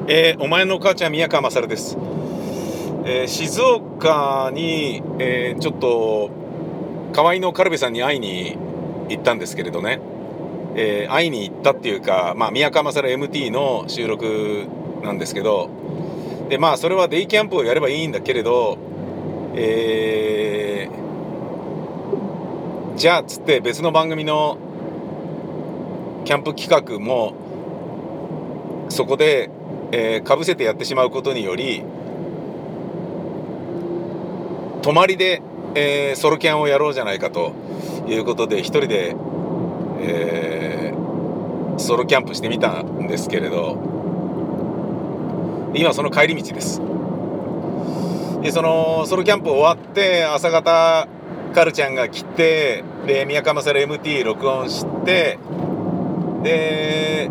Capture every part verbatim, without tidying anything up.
えーお前の母ちゃん宮川勝です。えー静岡に、えーちょっと河合のカルベさんに会いに行ったんですけれどね、えー会いに行ったっていうか、まあ、宮川勝 エムティー の収録なんですけど、でまあそれはデイキャンプをやればいいんだけれど、えーじゃあっつって別の番組のキャンプ企画もそこで、えー、かぶせてやってしまうことにより、泊まりで、えーソロキャンをやろうじゃないかということで一人で、えーソロキャンプしてみたんですけれど、今その帰り道です。でそのソロキャンプ終わって朝方カルちゃんが来て、で宮川勝 エムティー 録音して、で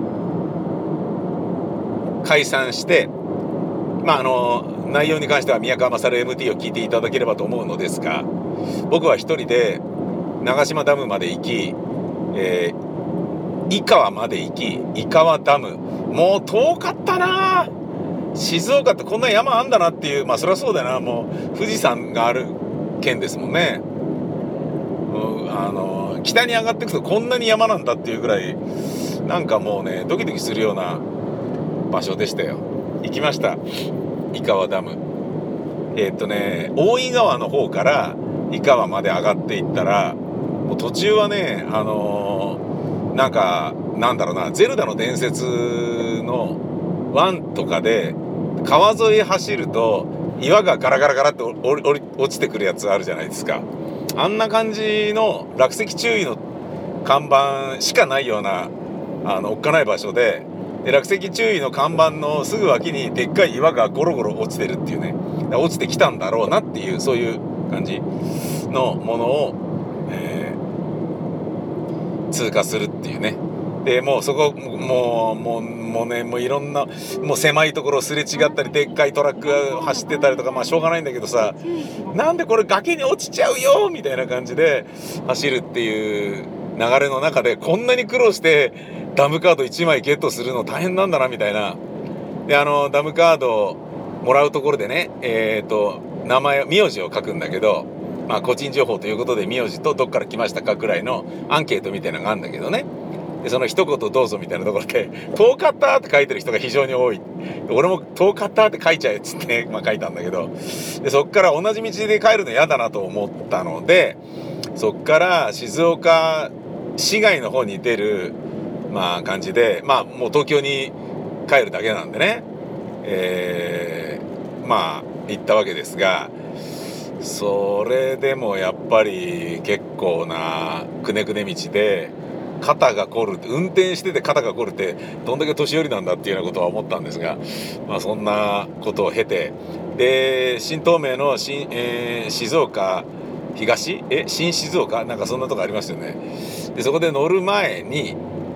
解散して、まああの内容に関しては宮川勝 エムティー を聞いていただければと思うのですが、僕は一人で長島ダムまで行き、えー井川まで行き、井川ダム、もう遠かったな。静岡ってこんな山あんだなっていう、まあそりゃそうだよな。もう富士山がある県ですもんね。うん、あの北に上がっていくとこんなに山なんだっていうぐらい、なんかもうねドキドキするような場所でしたよ。行きました、井川ダム。えーっとね大井川の方から井川まで上がっていったら、もう途中はねあのーなんかなんだろうな、ゼルダの伝説のワンとかで川沿い走ると岩がガラガラガラって落り落ちてくるやつあるじゃないですか。あんな感じの落石注意の看板しかないような、あのおっかない場所で、で落石注意の看板のすぐ脇にでっかい岩がゴロゴロ落ちてるっていうね、落ちてきたんだろうなっていう、そういう感じのものを、えー通過するっていうね。でもうそこもうもうもうねもういろんな、もう狭いところをすれ違ったり、でっかいトラックが走ってたりとか、まあしょうがないんだけどさ、なんでこれ崖に落ちちゃうよみたいな感じで走るっていう流れの中で、こんなに苦労してダムカードいちまいゲットするの大変なんだなみたいな。であのダムカードをもらうところでね、えっと名前名字を書くんだけど、まあ個人情報ということで名字とどっから来ましたかくらいのアンケートみたいなのがあるんだけどね。でその一言どうぞみたいなところで遠かったって書いてる人が非常に多い。俺も遠かったって書いちゃえっつって、ね、まあ書いたんだけど、でそっから同じ道で帰るの嫌だなと思ったので、そっから静岡市街の方に出るまあ感じで、まあもう東京に帰るだけなんでね、えーまあ行ったわけですが、それでもやっぱり結構なくねくね道で肩が凝るって、運転してて肩が凝るってどんだけ年寄りなんだっていうようなことは思ったんですが、まあそんなことを経て、で新東名の新、えー静岡東え新静岡なんかそんなとこありますよね。でそこで乗る前に、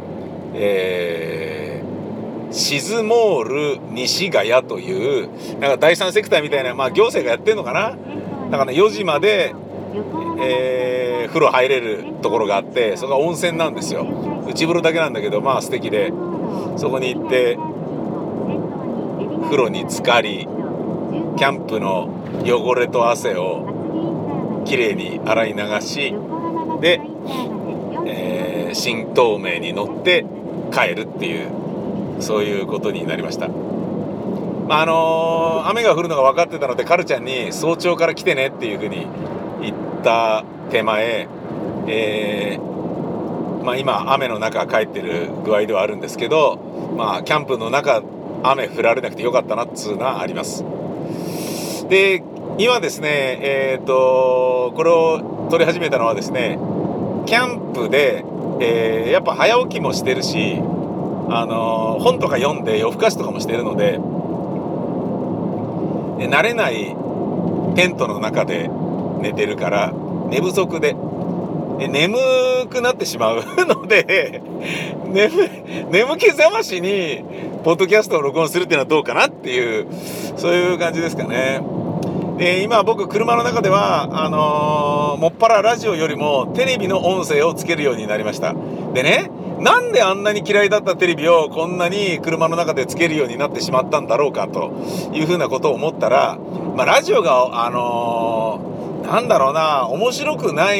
えー、シズモール西ヶ谷というなんか第三セクターみたいな、まあ行政がやってるのかな。だからねよじまで、えー、風呂入れるところがあって、そこが温泉なんですよ。内風呂だけなんだけど、まあ素敵で、そこに行って風呂に浸かり、キャンプの汚れと汗をきれいに洗い流し、で、えー、新東名に乗って帰るっていう、そういうことになりました。まああのー、雨が降るのが分かってたので、カルちゃんに早朝から来てねっていうふうに言った手前、えーまあ、今雨の中帰ってる具合ではあるんですけど、まあキャンプの中雨降られなくてよかったなっつうのはあります。で今ですね、えー、とこれを撮り始めたのはですね、キャンプで、えーやっぱ早起きもしてるし、あのー本とか読んで夜更かしとかもしてるので、で慣れないテントの中で寝てるから寝不足で、で眠くなってしまうので眠眠気覚ましにポッドキャストを録音するっていうのはどうかなっていう、そういう感じですかね。で今僕車の中ではあのーもっぱらラジオよりもテレビの音声をつけるようになりました。でね、 なんであんなに嫌いだったテレビをこんなに車の中でつけるようになってしまったんだろうかというふうなことを思ったら、まあ、ラジオがあのー、なんだろうな面白くない、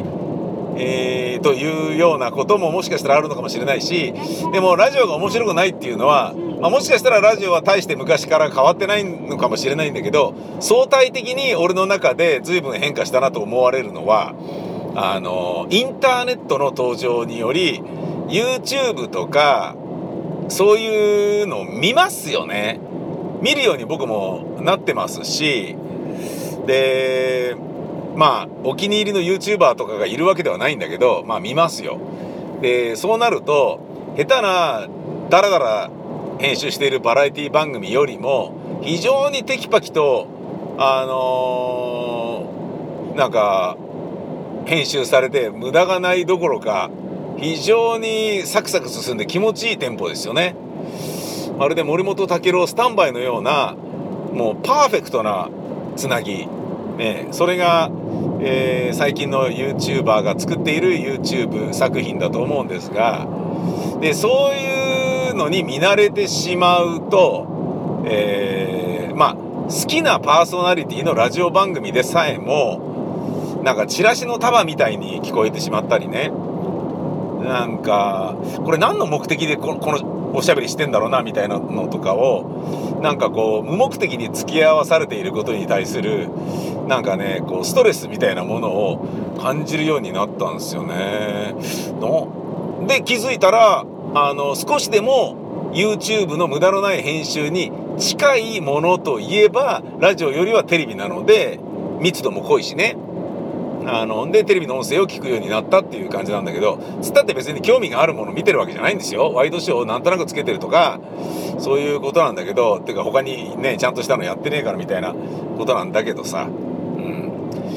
えー、というようなことももしかしたらあるのかもしれないし、でもラジオが面白くないっていうのは、まあ、もしかしたらラジオは大して昔から変わってないのかもしれないんだけど、相対的に俺の中で随分変化したなと思われるのは、あのインターネットの登場により YouTube とかそういうのを見ますよね。見るように僕もなってますし、でまあお気に入りの YouTuber とかがいるわけではないんだけど、まあ見ますよ。でそうなると下手なダラダラ編集しているバラエティ番組よりも非常にテキパキとあのー、なんか編集されて無駄がないどころか非常にサクサク進んで気持ちいいテンポですよね。まるで森本武郎スタンバイのようなもうパーフェクトなつなぎ、ね、それが、えー、最近の YouTuber が作っている YouTube 作品だと思うんですが、でそういうのに見慣れてしまうと、えー、まあ好きなパーソナリティのラジオ番組でさえもなんかチラシの束みたいに聞こえてしまったりね、なんかこれ何の目的でこの、このおしゃべりしてんだろうなみたいなのとかをなんかこう無目的に付き合わされていることに対するなんかねこうストレスみたいなものを感じるようになったんですよね。ので気づいたらあの少しでも YouTube の無駄のない編集に近いものといえばラジオよりはテレビなので密度も濃いしね、あのでテレビの音声を聞くようになったっていう感じなんだけど、つったって別に興味があるもの見てるわけじゃないんですよ。ワイドショーをなんとなくつけてるとかそういうことなんだけど、てか他にねちゃんとしたのやってねえからみたいなことなんだけどさ、うん、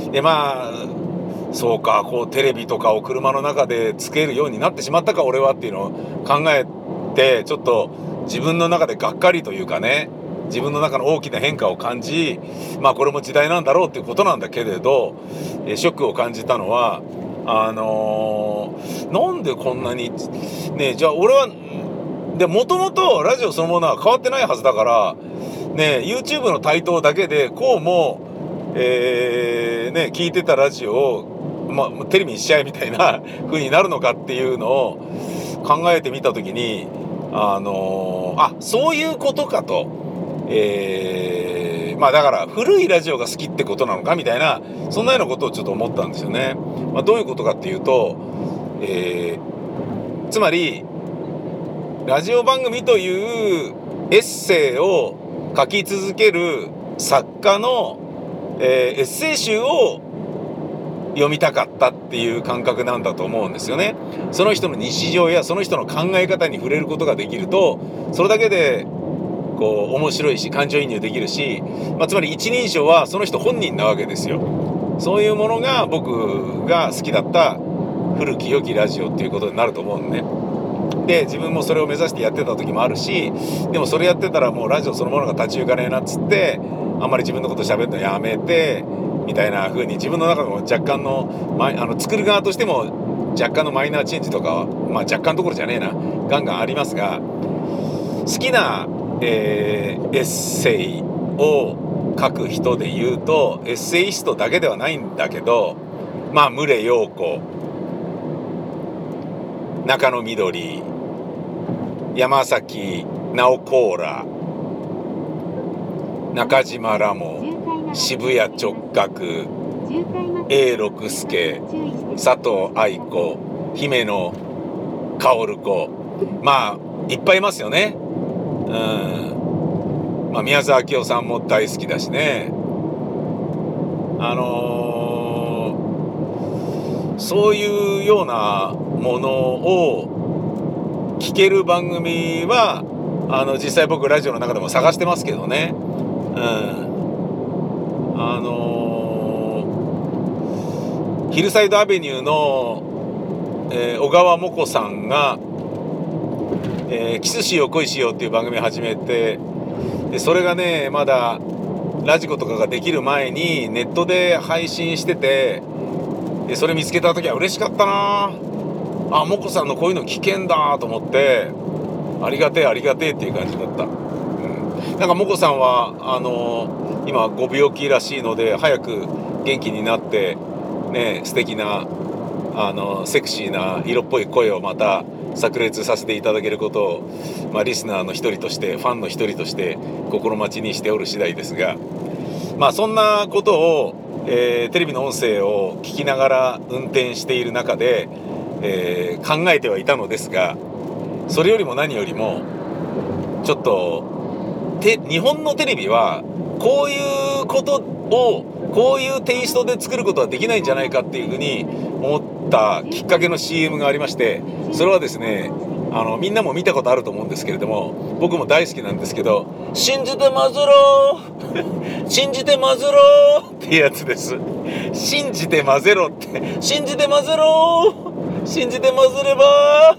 でまあそうかこうテレビとかを車の中でつけるようになってしまったか俺はっていうのを考えてちょっと自分の中でがっかりというかね、自分の中の大きな変化を感じ、まあこれも時代なんだろうっていうことなんだけれど、えショックを感じたのはあのー、なんでこんなにね、じゃあ俺はでもともとラジオそのものは変わってないはずだからね、 YouTube の台頭だけでこうも、えー、ね聞いてたラジオを、まあ、テレビにしちゃえみたいな風になるのかっていうのを考えてみたときにあのー、あそういうことかと。えー、まあだから古いラジオが好きってことなのかみたいなそんなようなことをちょっと思ったんですよね。まあ、どういうことかっていうと、えー、つまりラジオ番組というエッセイを書き続ける作家の、えー、エッセイ集を読みたかったっていう感覚なんだと思うんですよね。その人の日常やその人の考え方に触れることができるとそれだけでこう面白いし感情移入できるし、まあ、つまり一人称はその人本人なわけですよ。そういうものが僕が好きだった古き良きラジオっていうことになると思うのね。で自分もそれを目指してやってた時もあるし、でもそれやってたらもうラジオそのものが立ち行かねえなっつってあんまり自分のこと喋るのやめてみたいな風に自分の中でも若干の、ま、あの作る側としても若干のマイナーチェンジとかは、まあ、若干どころじゃねえなガンガンありますが、好きなえー、エッセイを書く人で言うとエッセイストだけではないんだけど、まあ牟礼陽子、中野みどり、山崎直コーラ、中島ラモ、渋谷直角、永六輔、佐藤愛子、姫野薫子、まあいっぱいいますよね。うんまあ、宮沢明夫さんも大好きだしね、あのー、そういうようなものを聞ける番組はあの実際僕ラジオの中でも探してますけどね、うん、あのー、ヒルサイドアベニューの、えー、小川もこさんがえー、キスしよう恋しようっていう番組を始めて、でそれがねまだラジコとかができる前にネットで配信してて、でそれ見つけた時は嬉しかったな。 あ、モコさんのこういうの危険だと思って、ありがてえありがてえっていう感じだった。うん、なんかモコさんはあのー、今ご病気らしいので、早く元気になってね、素敵なあのセクシーな色っぽい声をまた炸裂させていただけることを、まあ、リスナーの一人として、ファンの一人として心待ちにしておる次第ですが、まあそんなことを、えー、テレビの音声を聞きながら運転している中で、えー、考えてはいたのですが、それよりも何よりもちょっとて日本のテレビはこういうことをこういうテイストで作ることはできないんじゃないかっていうふうに思ったきっかけの シーエム がありまして、それはですね、あのみんなも見たことあると思うんですけれども、僕も大好きなんですけど、信じてまずろー信じてまずろーっていうやつです。信じてまぜろって信じてまぜろー信じてまずれば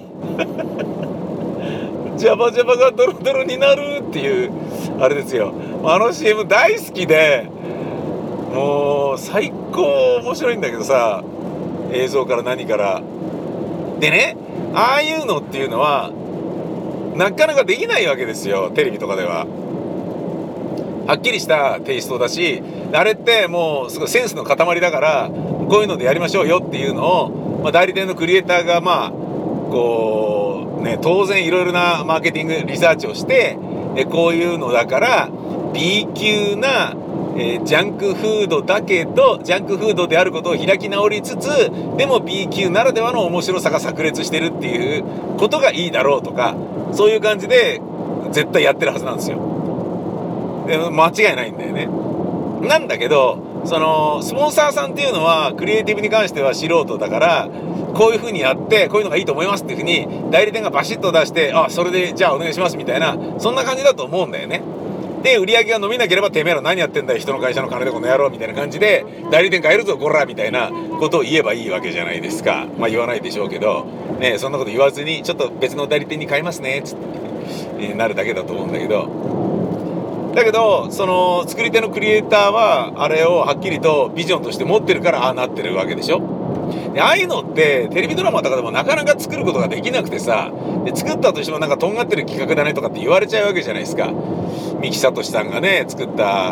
ジャバジャバがドロドロになるっていうあれですよ。あの シーエム 大好きで、もう最高面白いんだけどさ、映像から何からでね、ああいうのっていうのはなかなかできないわけですよ、テレビとかでは。はっきりしたテイストだし、あれってもうすごいセンスの塊だから、こういうのでやりましょうよっていうのを、まあ、代理店のクリエイターがまあこうね、当然いろいろなマーケティングリサーチをして、えこういうのだから B 級な、えー、ジャンクフードだけどジャンクフードであることを開き直りつつ、でも B 級ならではの面白さが炸裂してるっていうことがいいだろうとか、そういう感じで絶対やってるはずなんですよ。で間違いないんだよね。なんだけど、そのスポンサーさんっていうのはクリエイティブに関しては素人だから、こういう風にやってこういうのがいいと思いますっていう風に代理店がバシッと出して、あ、それでじゃあお願いしますみたいな、そんな感じだと思うんだよね。で売り上げが伸びなければ、てめえら何やってんだよ、人の会社の金でこの野郎みたいな感じで、代理店変えるぞこらみたいなことを言えばいいわけじゃないですか。まあ言わないでしょうけどね、そんなこと言わずにちょっと別の代理店に変えますねっつって、ね、なるだけだと思うんだけど、だけどその作り手のクリエイターはあれをはっきりとビジョンとして持ってるから、ああなってるわけでしょ。でああいうのってテレビドラマとかでもなかなか作ることができなくてさ、で作ったとしてもなんかとんがってる企画だねとかって言われちゃうわけじゃないですか。三木聡さんがね作った、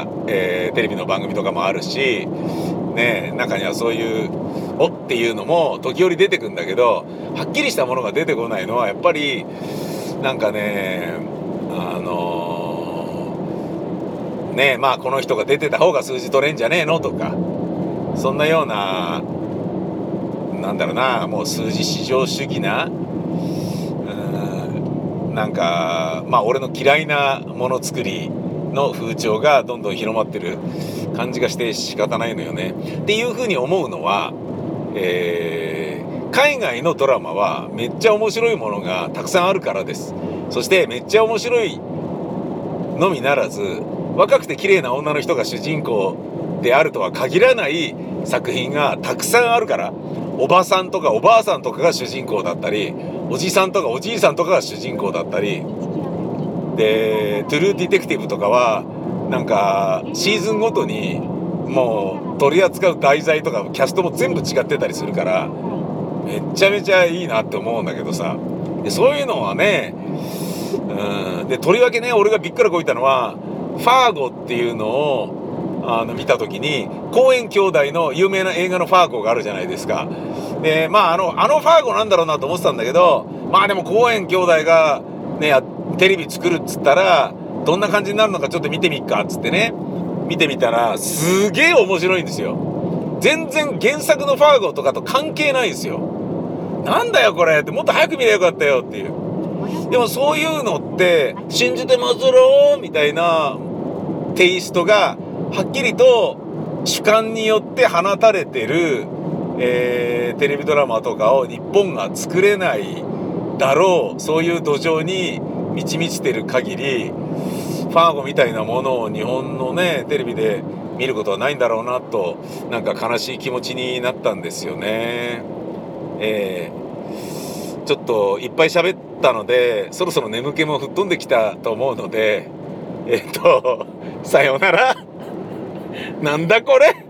えー、テレビの番組とかもあるしね、中にはそういうおっていうのも時折出てくんだけど、はっきりしたものが出てこないのはやっぱりなんかね、あのー、ねまあこの人が出てた方が数字取れんじゃねえのとか、そんなような、なんだろうな、もう数字至上主義な、うーん、なんかまあ俺の嫌いなものづくりの風潮がどんどん広まってる感じがして仕方ないのよねっていうふうに思うのは、えー、海外のドラマはめっちゃ面白いものがたくさんあるからです。そしてめっちゃ面白いのみならず、若くて綺麗な女の人が主人公であるとは限らない作品がたくさんあるから、おばさんとかおばあさんとかが主人公だったり、おじさんとかおじいさんとかが主人公だったりで、トゥルーディテクティブとかはなんかシーズンごとにもう取り扱う題材とかキャストも全部違ってたりするから、めっちゃめちゃいいなって思うんだけどさ、でそういうのはね、うんでとりわけね、俺がびっくらこいたのはファーゴっていうのをあの見た時に、コーエン兄弟の有名な映画のファーゴがあるじゃないですか。でまああのあのファーゴなんだろうなと思ってたんだけど、まあでもコーエン兄弟がねテレビ作るっつったらどんな感じになるのかちょっと見てみっかっつってね見てみたら、すげえ面白いんですよ。全然原作のファーゴとかと関係ないんですよ。なんだよこれって、もっと早く見ればよかったよっていう。でもそういうのって信じてますろみたいなテイストがはっきりと主観によって放たれてる、えー、テレビドラマとかを日本が作れないだろう、そういう土壌に満ち満ちてる限り、ファーゴみたいなものを日本のねテレビで見ることはないんだろうなと、なんか悲しい気持ちになったんですよね。えー、ちょっといっぱい喋ったのでそろそろ眠気も吹っ飛んできたと思うので、えっとさようなら。なんだこれ。